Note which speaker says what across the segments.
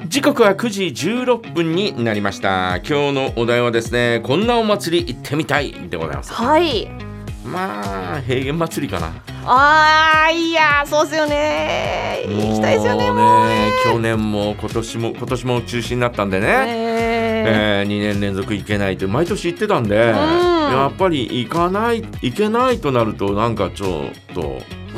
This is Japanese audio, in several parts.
Speaker 1: 時刻は9時16分になりました。今日のお題はですね、こんなお祭り行ってみたいでございます。
Speaker 2: はい。
Speaker 1: まあ平原祭りかな。
Speaker 2: いやそうですよね。行きたいですよね。もうね、
Speaker 1: 去年も今年も中止になったんでね、2年連続行けないって毎年言ってたんで、やっぱり行けないとなるとなんかちょっと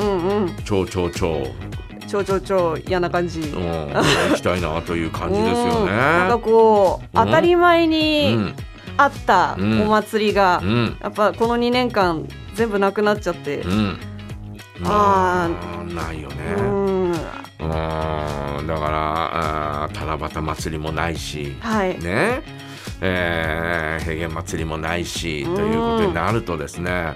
Speaker 2: 超嫌な感じ、
Speaker 1: 行きたいなという感じですよね。
Speaker 2: なんかこう当たり前にあったお祭りが、やっぱこの2年間全部なくなっちゃって、
Speaker 1: ないよね。だから七夕祭りもないし、ね、平原祭りもないし、ということになるとですね、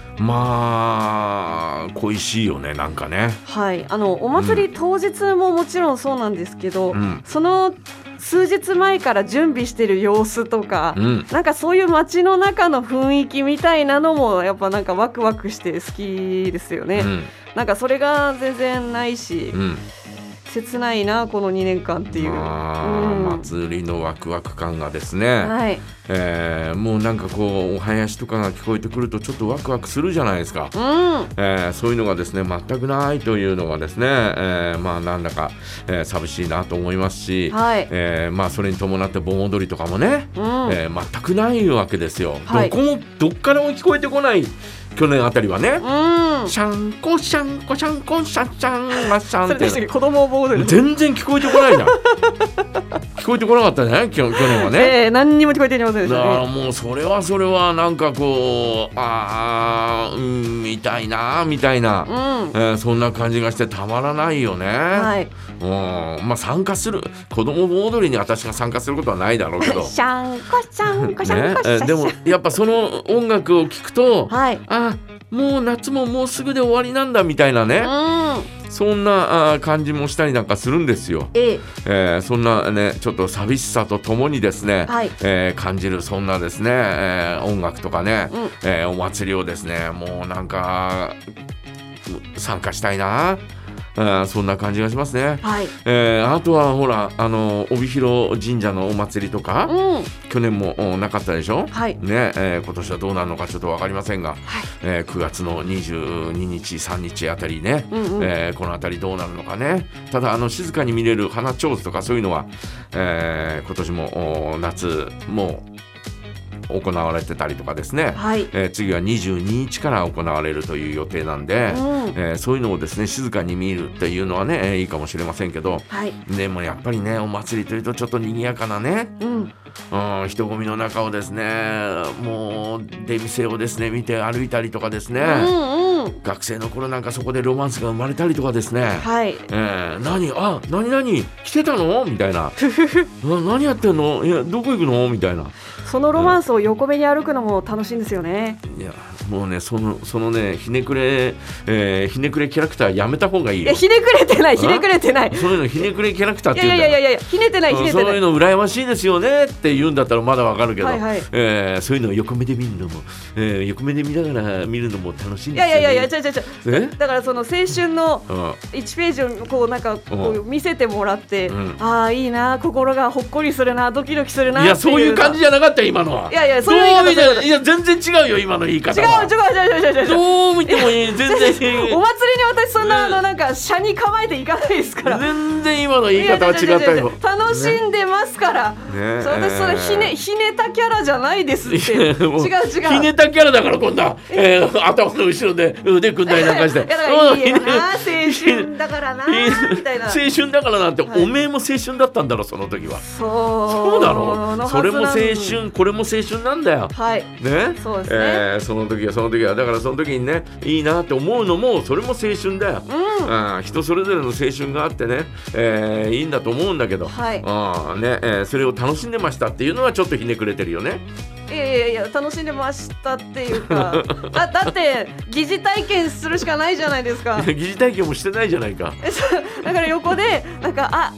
Speaker 1: まあ恋しいよね、なんかね。
Speaker 2: はい、お祭り当日ももちろんそうなんですけど、その数日前から準備してる様子とか、なんかそういう街の中の雰囲気みたいなのもやっぱなんかワクワクして好きですよね。なんかそれが全然ないし、切ないなこの2年間っていう、
Speaker 1: 祭りのワクワク感がですね、もうなんかこうお囃子とかが聞こえてくるとちょっとワクワクするじゃないですか。そういうのがですね全くないというのがですね、なんだか、寂しいなと思いますし、それに伴って盆踊りとかもね、全くないわけですよ。どっからも聞こえてこない。去年あたりはね、シャンコシャンコシャンコシャンシャンガシャンって、
Speaker 2: 子供盆踊り
Speaker 1: 全然聞こえてこないじゃん。聞こえてこなかったね、去年はね。
Speaker 2: 何にも聞こえていませんでしたね。
Speaker 1: だからもうそれはなんかこうみたいなみたいな、そんな感じがしてたまらないよね。参加する子供盆踊りに私が参加することはないだろうけど
Speaker 2: シャンコシャンコシャンコシャン、
Speaker 1: でもやっぱその音楽を聴くと、もう夏ももうすぐで終わりなんだみたいなね、そんな感じもしたりなんかするんですよ。そんなねちょっと寂しさとともにですね、感じるそんなですね、音楽とかね、お祭りをですねもうなんか参加したいな、そんな感じがしますね。あとはほら帯広神社のお祭りとか、去年もなかったでしょ、今年はどうなるのかちょっと分かりませんが、9月の22日3日あたりね、このあたりどうなるのかね。ただ静かに見れる花ちょうずとかそういうのは、今年も夏も行われてたりとかですね、次は22日から行われるという予定なんで、そういうのをですね静かに見るっていうのはね、いいかもしれませんけど、でもやっぱりねお祭りというとちょっと賑やかなね、人混みの中をですねもう出店をですね見て歩いたりとかですね、学生の頃なんかそこでロマンスが生まれたりとかですね、何来てたのみたいな何やってんの、いやどこ行くのみたいな、
Speaker 2: そのロマンスを横目に歩くのも楽しいんですよね。
Speaker 1: いやもうねそのねひねくれキャラクターやめた方がいいよ。
Speaker 2: いやひねくれてないそう
Speaker 1: いうのひねくれキャラクターって言うんだよ。
Speaker 2: いやひねてない
Speaker 1: そういうの羨ましいですよねって言うんだったらまだわかるけど、そういうのを横目で見るのも、横目で見ながら見るのも楽しいんですよね。
Speaker 2: 違うだからその青春の1ページをこうなんかこう見せてもらって、いいな心がほっこりするなドキドキするなっていう。
Speaker 1: いやそういう感じじゃなかったよ今のは。
Speaker 2: いやそういう言い方
Speaker 1: いや全然違うよ今の言い方は。違うどう見てもいい全然
Speaker 2: お祭りに私そんななんか車に構えていかないですから。
Speaker 1: 全然今の言い方は違ったよ。
Speaker 2: 楽しんでますから、私それひねたキャラじゃないですって違う
Speaker 1: ひねたキャラだから今度は、頭の後ろで腕組んだりなんかして
Speaker 2: いやだからいいよな青春だからなみたいな。
Speaker 1: 青春だからなんて、おめえも青春だったんだろその時は。そうだろ、それも青春これも青春なんだよ。
Speaker 2: そうですね。
Speaker 1: その時はだからその時にねいいなって思うのもそれも青春だよ。人それぞれの青春があってね、いいんだと思うんだけど、それを楽しんでましたっていうのはちょっとひねくれてるよね。
Speaker 2: いや楽しんでましたっていうかだって疑似体験するしかないじゃないですか。
Speaker 1: 疑似体験もしてないじゃないか。
Speaker 2: だから横でなんか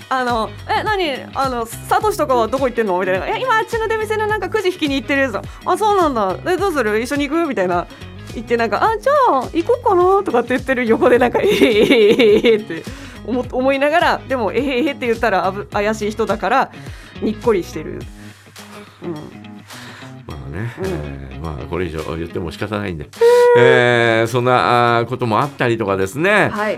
Speaker 2: サトシとかはどこ行ってんのみたいな。今あっちの出店のなんかくじ引きに行ってるやつ。そうなんだ。どうする一緒に行くみたいな言ってなんかじゃあ行こうかなとかって言ってる横でなんかって思いながら、でもえへへって言ったら怪しい人だからにっこりしてる。
Speaker 1: まあね、まあこれ以上言っても仕方ないんで、そんなこともあったりとかですね、はい、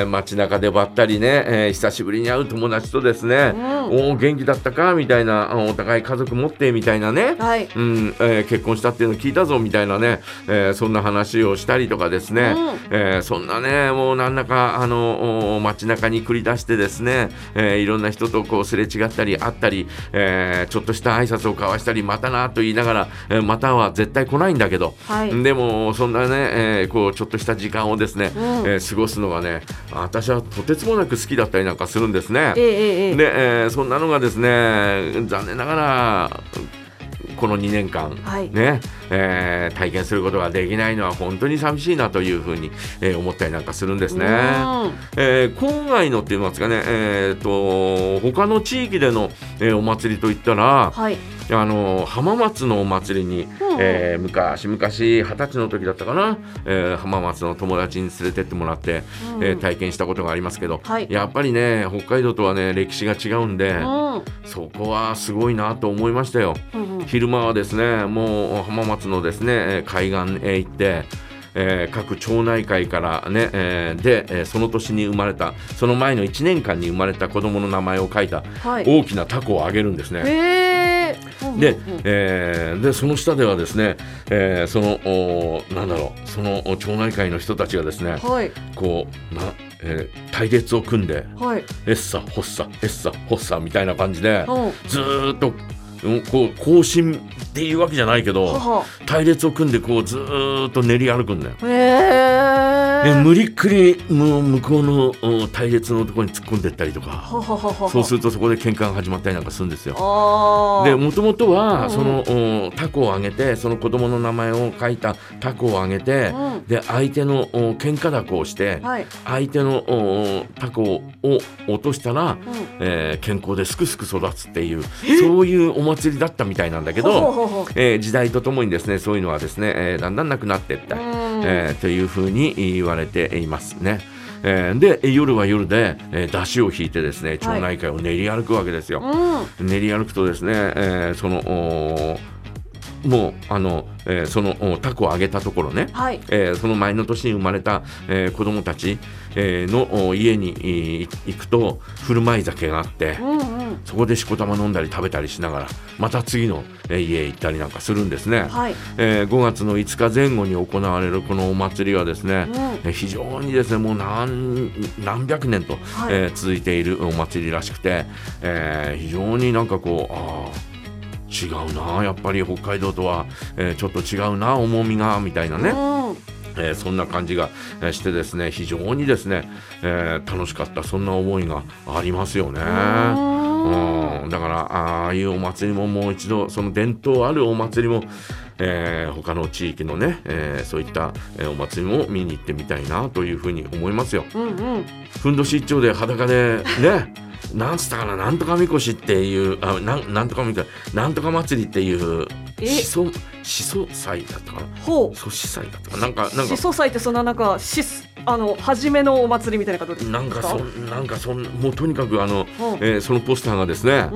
Speaker 1: 街中でばったりね、久しぶりに会う友達とですね、お元気だったかみたいな、お互い家族持ってみたいなね、はい、結婚したっていうの聞いたぞみたいなね、そんな話をしたりとかですね、そんなね、もうなんだか街中に繰り出してですね、いろんな人とこうすれ違ったり会ったり、ちょっとした挨拶を交わしたり、またなと言いながら、または絶対来ないんだけど、はい、でもそんなね、こうちょっとした時間をですね、過ごすのがね、私はとてつもなく好きだったりなんかするんですね。で、そんなのがですね、残念ながらこの2年間、はいね、体験することができないのは本当に寂しいなというふうに、思ったりなんかするんですね。郊外のって言いますかね、他の地域での、お祭りといったら、はい、浜松のお祭りに、昔20歳の時だったかな、浜松の友達に連れてってもらって、体験したことがありますけど、はい、やっぱりね北海道とはね歴史が違うんで、そこはすごいなと思いましたよ。昼間はですね、もう浜松のですね海岸へ行って、各町内会からね、で、その年に生まれた、その前の1年間に生まれた子供の名前を書いた大きなタコをあげるんですね。で、その下ではですね、その町内会の人たちがですね、はい、こう隊列を組んで、はい、エッサホッサエッサホッサみたいな感じで、ずーっとこう行進っていうわけじゃないけど、隊列を組んでこうずーっと練り歩くんだよ。無理っくりもう向こうの隊列のところに突っ込んでったりとか、そうするとそこで喧嘩が始まったりなんかするんですよ。でもともとはそのタコをあげて、その子供の名前を書いたタコをあげて、で相手の喧嘩だこをして、相手のタコを落としたら、健康ですくすく育つっていう、そういうお祭りだったみたいなんだけど、時代とともにですね、そういうのはですね、だんだんなくなっていった、というふうに言われていますね。で夜は夜で、出汁を引いてですね、町内会を練り歩くわけですよ。練り歩くとですね、そのもうそのタコをあげたところね、はい、その前の年に生まれた、子供たち、の家に行くと振る舞い酒があって、そこでしこたま飲んだり食べたりしながらまた次の、家へ行ったりなんかするんですね。はい、5月の5日前後に行われるこのお祭りはですね、非常にですねもう何百年と、はい、続いているお祭りらしくて、非常になんかこう違うなやっぱり北海道とは、ちょっと違うな重みがみたいなね、そんな感じがしてですね、非常にですね、楽しかった、そんな思いがありますよね。だからああいうお祭りももう一度、その伝統あるお祭りも、他の地域のね、そういった、お祭りも見に行ってみたいなというふうに思いますよ。ふんどし一丁で裸でねなんつったかな、なんとかみこしっていうなんとかみたいなんとか祭りっていうしそ祭だったかな、そし祭だったかなんか
Speaker 2: しそ祭って、そんななんか初めのお祭りみたいな形ですか。
Speaker 1: なんかもうとにかくそのポスターがですね、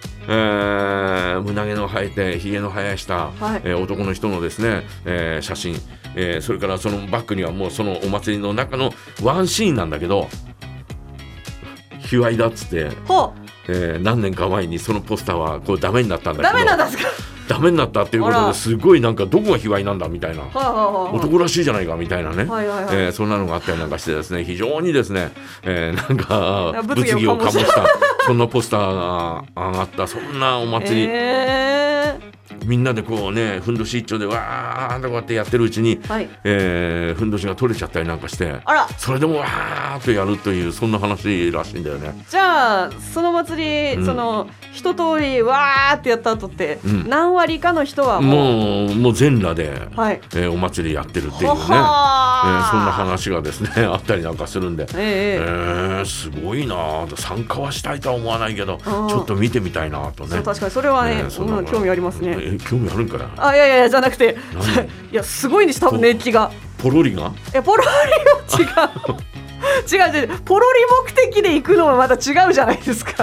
Speaker 1: 胸毛の生えてひげの生やした、男の人のですね、写真、それからそのバックにはもうそのお祭りの中のワンシーンなんだけど、卑猥だっつって、何年か前にそのポスターはこうダメになったんだけど、ダメなんですか。ダメになったっていうことですごいなんかどこが卑猥なんだみたいな、男らしいじゃないかみたいなね、そんなのがあったりなんかしてですね、非常にですね、なんか物議を醸したそんなポスターが上がったそんなお祭り、みんなでこうねふんどし一丁でわーってこうやってやってるうちに、ふんどしが取れちゃったりなんかして、それでもわーっとやるという、そんな話らしいんだよね。
Speaker 2: じゃあその祭り、その一通りわーってやった後って、何割かの人は
Speaker 1: もう全裸で、お祭りやってるっていうね、そんな話がですねあったりなんかするんで、すごいな、参加はしたいとは思わないけど、ちょっと見てみたいなとね。
Speaker 2: 確かにそれはね、興味ありますね。
Speaker 1: 興味あるんかな。
Speaker 2: いやじゃなくていやすごいんです、多分熱気が。
Speaker 1: ポロリが？
Speaker 2: ポロリは違う違うポロリ目的で行くのはまた違うじゃないですか。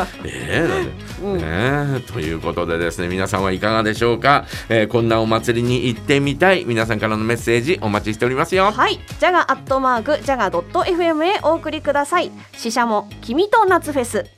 Speaker 1: ということでですね、皆さんはいかがでしょうか。こんなお祭りに行ってみたい皆さんからのメッセージお待ちしておりますよ。
Speaker 2: はい、jaga@jaga.fm へお送りください。ししゃも君と夏フェス